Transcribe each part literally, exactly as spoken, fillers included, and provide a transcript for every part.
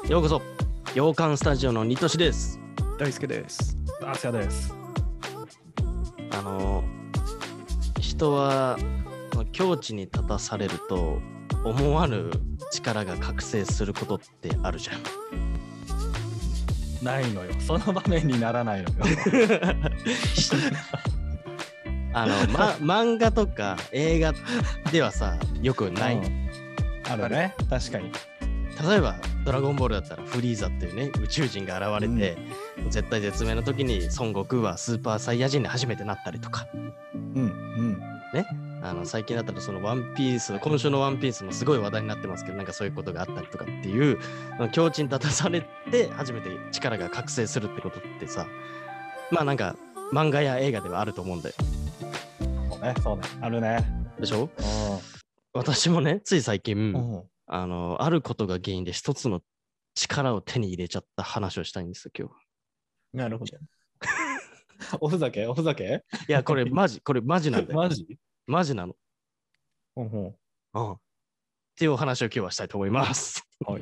ようこそ洋館スタジオのニトシです。 大輔です。 アスヤです。 あの人は境地に立たされると思わぬ力が覚醒することってあるじゃん。 ないのよ。その場面にならないのよ。 あの、ま、漫画とか映画ではさよくない、うん、 あるね。確かに。 例えばドラゴンボールだったらフリーザっていうね宇宙人が現れて、うん、絶対絶命の時に孫悟空はスーパーサイヤ人に初めてなったりとか、 うんうんね、あの最近だったらそのワンピース今週のワンピースもすごい話題になってますけど、なんかそういうことがあったりとかっていう境地に立たされて初めて力が覚醒するってことってさ、まあなんか漫画や映画ではあると思うんだよ。 そうねそうねあるね。 でしょ。私もねつい最近あのあることが原因で一つの力を手に入れちゃった話をしたいんですよ今日。 なるほど。おふざけおふざけ。 いやこれマジこれマジなんだよ。 マジマジなの。 うんうん。 うん。っていうお話を今日はしたいと思います。 はい。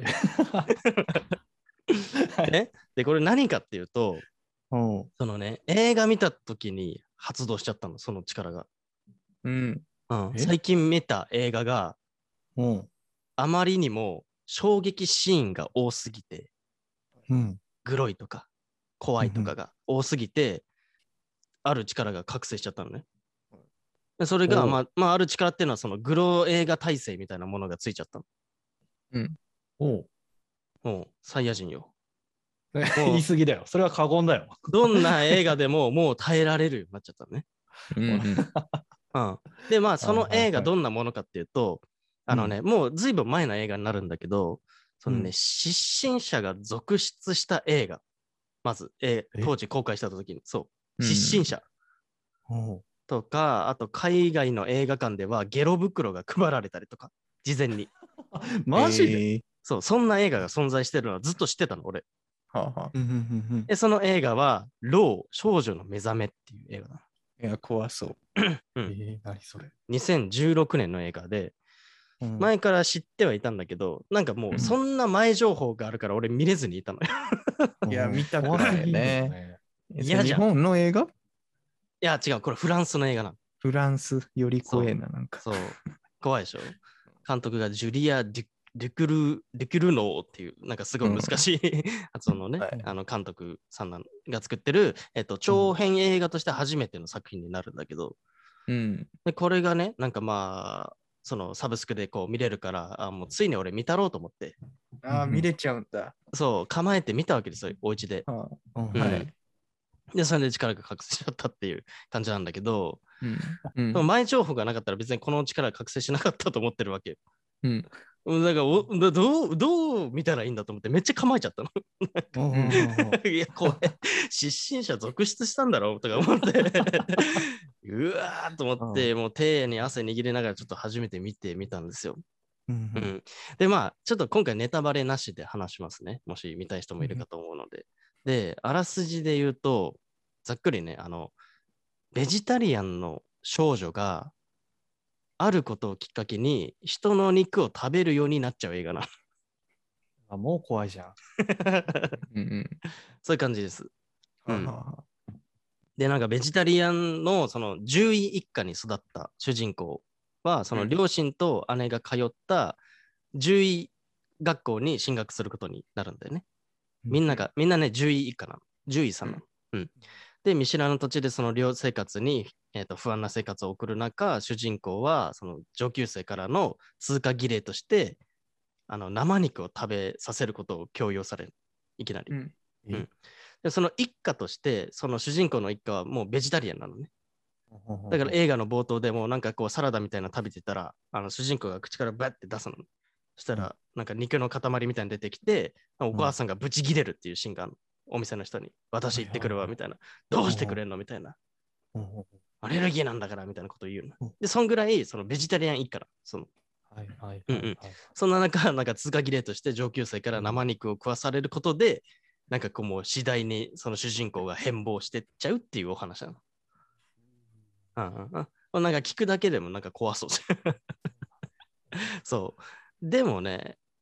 ね、でこれ何かっていうと、 うん、 そのね映画見た時に発動しちゃったのその力が。 うん。 うん、最近見た映画が、 うん、 あまりにも衝撃シーンが多すぎて、 うん、 グロいとか怖いとかが多すぎて、うん、ある力が覚醒しちゃったのね。でそれが、まあ、まあある力っていうのはそのグロ映画耐性みたいなものがついちゃったの。 うん。おう。 もうサイヤ人よ。 言い過ぎだよ。それは過言だよ。 どんな映画でももう耐えられるようになっちゃったのね。 うんうんうん、でまあその映画どんなものかっていうと、あのね、うん、もうずいぶん前の映画になるんだけど、そのね、うん、失神者が続出した映画、まず、えー、当時公開した時に、そう、失神者、うん、とか、あと海外の映画館ではゲロ袋が配られたりとか、事前に。 マジで、 えー、そう、そんな映画が存在してるのはずっと知ってたの、俺。 はあはあ、 で、その映画は、ロー、少女の目覚めっていう映画だ。 いや、怖そう。 うん、 えー、何それ。 にせんじゅうろくねんの映画で、うん、前から知ってはいたんだけど、なんかもうそんな前情報があるから俺見れずにいたのよ。 いや、見たくないね。 嫌じゃん。 日本の映画？いや、違う、これフランスの映画なの。 フランスより怖えな、なんか。 そう、怖いでしょ。監督がジュリア・デュデュクル・デュクルノーっていう、なんかすごい難しい、うん、発音のね、はい、あの監督さんが作ってる、えっと、長編映画として初めての作品になるんだけど、 うん、 でこれがね、なんかまあ、そのサブスクでこう見れるから、あもうついに俺見たろうと思って。 ああ、見れちゃうんだ。 そう、構えて見たわけですよ、お家で。 はあうん、 はい。で、それで力が覚醒しちゃったっていう感じなんだけど、 うんうん、前情報がなかったら別にこの力が覚醒しなかったと思ってるわけよ。 うん。 だからおどう、どう見たらいいんだと思ってめっちゃ構えちゃったの。いや、これ、失神者続出したんだろうとか思って、うわーと思って、もう手に汗握りながらちょっと初めて見てみたんですよ。うんうん、で、まあ、ちょっと今回ネタバレなしで話しますね。もし見たい人もいるかと思うので。で、あらすじで言うと、ざっくりね、あの、ベジタリアンの少女が、あることをきっかけに人の肉を食べるようになっちゃう映画な。 あ、もう怖いじゃん。 うん、うん、そういう感じです。うん、で、なんかベジタリアンのその獣医一家に育った主人公は、その両親と姉が通った獣医学校に進学することになるんだよね。みんなが、みんなね、獣医一家なの。獣医さんなの。うん。で、見知らぬ土地でその寮生活に、えーと、不安な生活を送る中、主人公はその上級生からの通過儀礼として、あの生肉を食べさせることを強要される。いきなり。うんうん、でその一家として、その主人公の一家はもうベジタリアンなのね。だから映画の冒頭でもなんかこうサラダみたいなの食べてたら、あの主人公が口からバッて出すの。そしたら、なんか肉の塊みたいに出てきて、お母さんがブチギレるっていうシーンがあるの。お店の人に、私行ってくるわ、みたいな。どうしてくれんのみたいな。アレルギーなんだから、みたいなことを言うの。で、そんぐらい、そのベジタリアン一家だ。その。はいはいはい、はい。そんな中、なんか通過儀礼として上級生から生肉を食わされることで、なんかこうもう次第にその主人公が変貌してっちゃうっていうお話なの。うんうんうん。なんか聞くだけでもなんか怖そう。そう。でもね、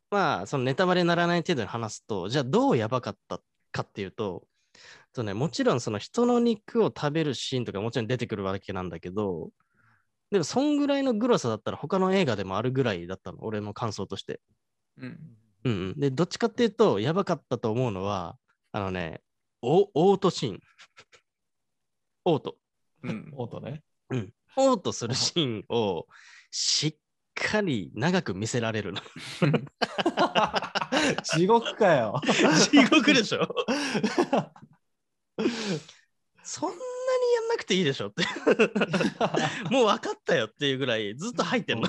まあ、そのネタバレにならない程度に話すと、じゃあどうやばかったかっていうと、とね、もちろんその人の肉を食べるシーンとかもちろん出てくるわけなんだけど、でもそんぐらいのグロさだったら他の映画でもあるぐらいだったの、俺の感想として。うん。うんうん。で、どっちかっていうと、やばかったと思うのは、あのね、お、オートシーン。オート。 うん、オートね。 うん。オートするシーンをしっかり長く見せられるの。 地獄かよ。 地獄でしょ。そんなにやんなくていいでしょって。もう分かったよっていうぐらいずっと入ってんの。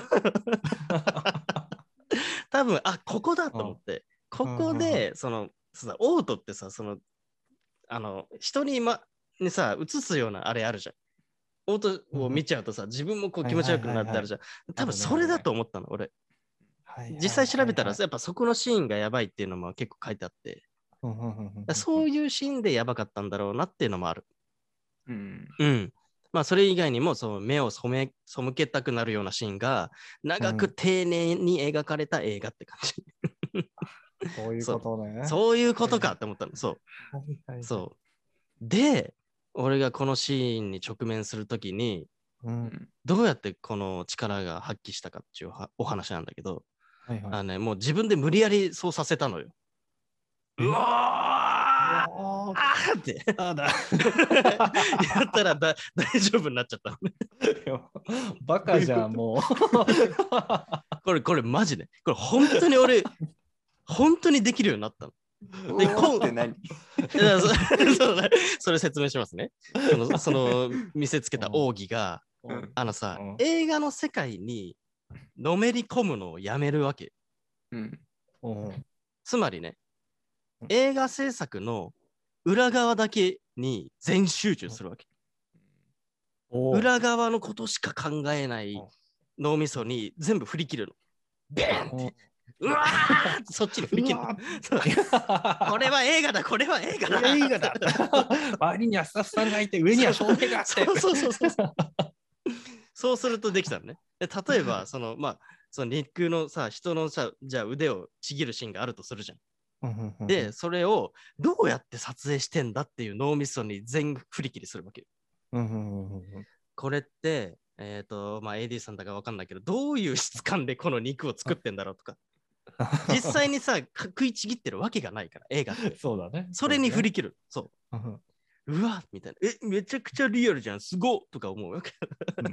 多分、あ、ここだと思って。ここで、その、オートってさ、その、あの、人に、ま、にさ、映すようなあれあるじゃん。オートを見ちゃうとさ、自分もこう気持ち悪くなってあるじゃん。多分それだと思ったの、俺。実際調べたら、やっぱそこのシーンがやばいっていうのも結構書いてあって、そういうシーンでやばかったんだろうなっていうのもある。うん。うん。まあ、それ以外にも、その目を染め、背けたくなるようなシーンが、長く丁寧に描かれた映画って感じ。 そういうことね。 そう、そういうことかって思ったの。そう。はいはいはい、そう。で、俺がこのシーンに直面するときに、うん、どうやってこの力が発揮したかっていうお話なんだけど、はいはい、あのね、もう自分で無理やりそうさせたのよ。うわーあーってあだやったらだ大丈夫になっちゃったのね。 バカじゃん、もう。 これ、これマジで。これ本当に俺、本当にできるようになったの。 で、こうって何そ, それ説明しますね。その、その見せつけた奥義が、うん、あのさ、うん、映画の世界にのめり込むのをやめるわけ。うんうん、つまりね、映画制作の裏側だけに全集中するわけ。裏側のことしか考えない脳みそに全部振り切るの。ベーンって。うわーそっちに振り切る。これは映画だ、これは映画だ。 映画だ。周りにはスタッフさんがいて、上には照明があって。 そうそうそうそう。そうするとできたのね。で例えば、その、まあ、その肉のさ、人のさ、じゃあ腕をちぎるシーンがあるとするじゃん。で、それをどうやって撮影してんだっていう脳みそに全振り切りするわけよ。これって、えっと、まあ、エーディー さんだかわかんないけど、どういう質感でこの肉を作ってんだろうとか。実際にさ、食いちぎってるわけがないから、映画って。 そうだね。 それに振り切る。そう。うわみたいな。え、めちゃくちゃリアルじゃん。すごっとか思うわけ。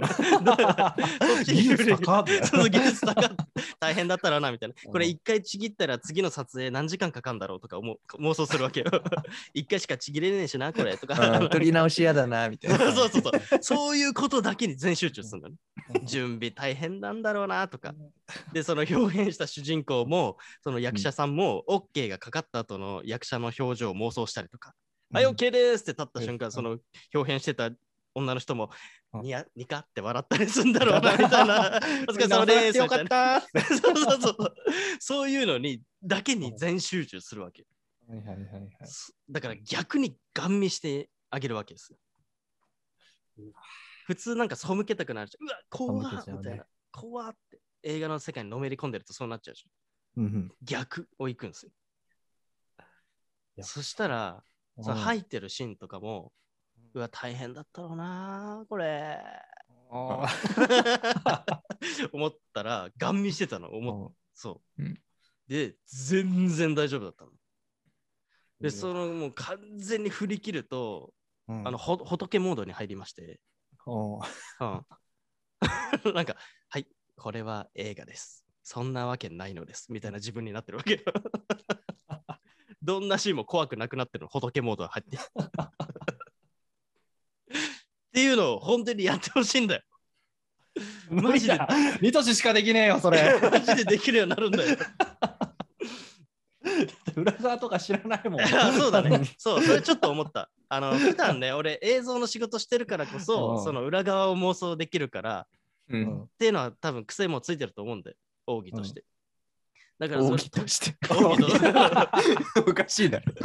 技術高っそう、技術高っ大変だったらな、みたいな。これ一回ちぎったら次の撮影何時間かかるんだろうとか思う妄想するわけよ。一回しかちぎれねえしな、これとか。 撮り直しやだな、みたいな。 そうそうそう。そういうことだけに全集中するんだね。準備大変なんだろうな、とか。で、その表現した主人公も、その役者さんも、OK がかかった後の役者の表情を妄想したりとか。はい、OK ですって立った瞬間、その表現してた女の人も、にや、にかって笑ったりするんだろうな、みたいな。お疲れ様です。 よかった。 そうそうそう。そういうのに、だけに全集中するわけ。 はいはいはいはい。 だから逆にガン見してあげるわけですよ。普通なんか背けたくなるじゃん。うわ、怖っみたいな。怖って。映画の世界にのめり込んでるとそうなっちゃうじゃん。うん、逆を行くんですよ。そしたら、その入ってるシーンとかも、うわ、大変だったろうな、これ。思ったら、ガン見してたの、思っそう、うん。で、全然大丈夫だったの。で、そのもう完全に振り切ると、うん、あのほ仏モードに入りまして、うん、なんか、はい、これは映画です。そんなわけないのです。みたいな自分になってるわけよ。どんなシーンも怖くなくなってるの、仏モードが入って。っていうのを本当にやってほしいんだよ。 マジで。ニトシしかできねえよ、それ。 マジでできるようになるんだよ。 裏側とか知らないもん。 そうだね。そう、それちょっと思った。あの、普段ね、俺映像の仕事してるからこそ、その裏側を妄想できるから、うん、っていうのは多分癖もついてると思うんだよ。奥義として。うんだからそれ奥義として。 奥義とおかしいだろ。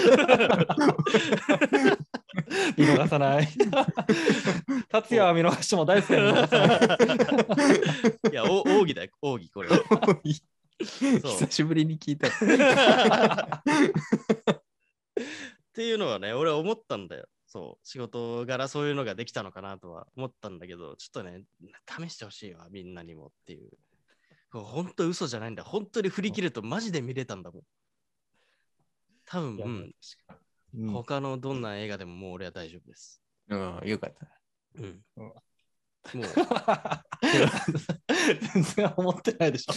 見逃さない。達也は見逃しても大好きな見逃さない。 いや、奥義だよ、奥義これ。 久しぶりに聞いた。 っていうのはね、俺は思ったんだよ。そう、仕事柄そういうのができたのかなとは思ったんだけど、ちょっとね、試してほしいわ、みんなにもっていう。本当嘘じゃないんだ。本当に振り切るとマジで見れたんだもん。多分、うん、他のどんな映画でももう俺は大丈夫です。 うん、よかった。うん。 もう。 全然思ってないでしょ。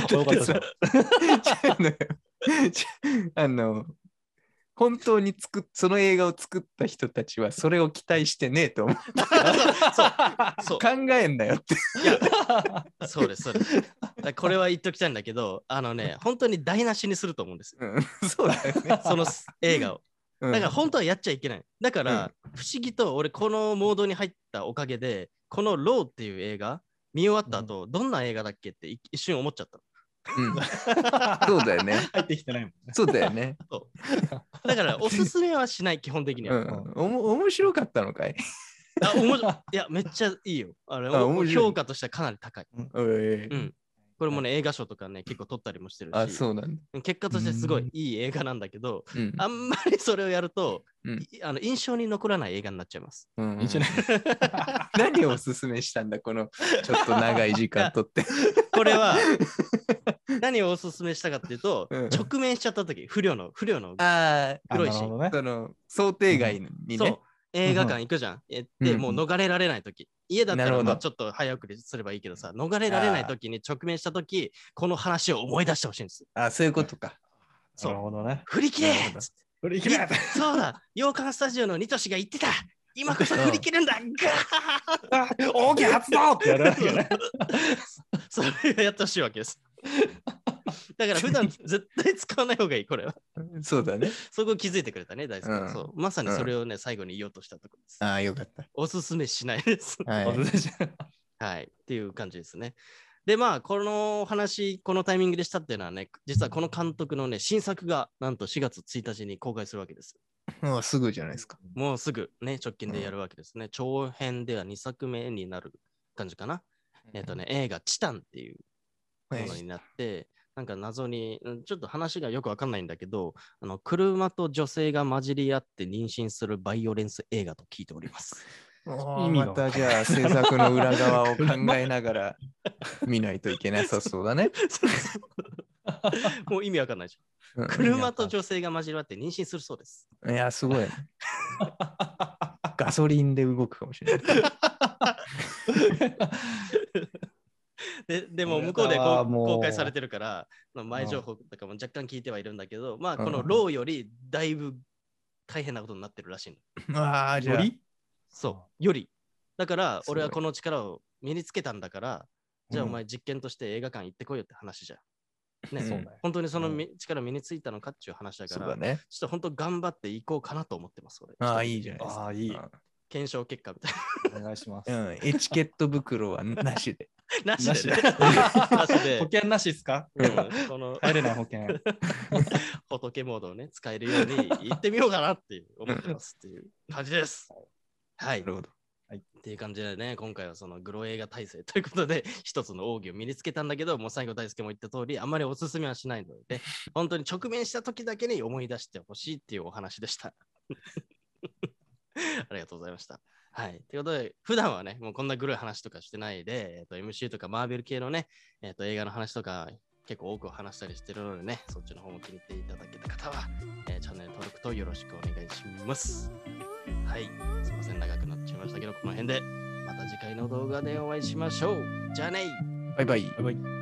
あの、本当に作っその映画を作った人たちはそれを期待してねえと思う。そうそう考えんなよって。いや、 そうです、そうです。これは言っときたいんだけど、あのね、本当に台無しにすると思うんですよ。 うん、そうだよね。 その映画を。だから本当はやっちゃいけない。だから、不思議と俺このモードに入ったおかげで、このローっていう映画見終わった後、うん、どんな映画だっけって一瞬思っちゃった。 うん、そうだよね。 入ってきてないもんね。 そうだよね。 そうだからおすすめはしない、基本的には。 うん、おも面白かったのかい？ あおもいや、めっちゃいいよ。あれあ評価としてはかなり高い。うんうんうんこれもね、映画賞とかね、結構取ったりもしてるし、 あ、そうなんだ。 結果としてすごいいい映画なんだけど、うん、あんまりそれをやると、うん、あの印象に残らない映画になっちゃいます。 うんうん、何をおすすめしたんだ、このちょっと長い時間とって。 これは、何をおすすめしたかっていうと、うん、直面しちゃったとき、不良の、不良の黒いシーン。 ね、その想定外にね。 うん、そう映画館行くじゃん。えで、うん、もう逃れられないとき。家だったらまあちょっと早送りすればいいけどさ、逃れられないときに直面したとき、この話を思い出してほしいんです。 あ、そういうことか。 そう。 なるほどね。 振り切れ振り切れそうだ洋館スタジオのニトシが言ってた今こそ振り切るんだガー大きい発動ってやるわけね。 それがやってほしいわけです。だから普段絶対使わない方がいい、これは。 そうだね。 そこ気づいてくれたね、大輔、うん、そうまさにそれをね、うん、最後に言おうとしたところです。 ああ、よかった。 おすすめしないです。 はい。 はい。っていう感じですね。で、まあ、この話、このタイミングでしたっていうのはね、実はこの監督のね、新作がなんとしがつついたちに公開するわけです。 もうすぐじゃないですか。 もうすぐね、直近でやるわけですね。うん、長編ではにさくめになる感じかな。えっとね、映画チタンっていうものになって、なんか謎に、ちょっと話がよくわかんないんだけど、あの車と女性が混じり合って妊娠するバイオレンス映画と聞いております。 またじゃあ制作の裏側を考えながら見ないといけなさそうだね。 もう意味わかんないじゃん。うん、車と女性が混じり合って妊娠するそうです。 いや、すごい。ガソリンで動くかもしれない。 で, でも向こうで公開されてるから前情報とかも若干聞いてはいるんだけど、まあこのローよりだいぶ大変なことになってるらしいの。ああ、じゃあよりそうよりだから俺はこの力を身につけたんだからじゃあお前実験として映画館行ってこいよって話じゃん。ね、うん、本当にその力身についたのかっていう話だから、 ね、 ちょっと本当頑張っていこうかなと思ってます。俺ああ、いいじゃないですか。 ああ、いい。 検証結果みたいな。お願いします。 うん、エチケット袋はなしで。 なしで、ね。 なしで。保険なしですか？ うん、この入れない保険。 仏モードをね、使えるように行ってみようかなって思ってますっていう感じです。はい。 なるほど。 はい、っていう感じでね、今回はそのグロ映画体制ということで、一つの奥義を身につけたんだけど、もう最後大輔も言った通り、あんまりおすすめはしないので、本当に直面した時だけに思い出してほしいっていうお話でした。ありがとうございました。はい。ということで、普段はね、もうこんなグロい話とかしてないで、えー、と エムシー とかマーベル系のね、えー、と映画の話とか結構多く話したりしてるのでね、そっちの方も気に入っていただけた方は、えー、チャンネル登録とよろしくお願いします。はい。すいません、長くなっちゃいましたけど、この辺でまた次回の動画でお会いしましょう。じゃあねバイバイ。 バイバイ。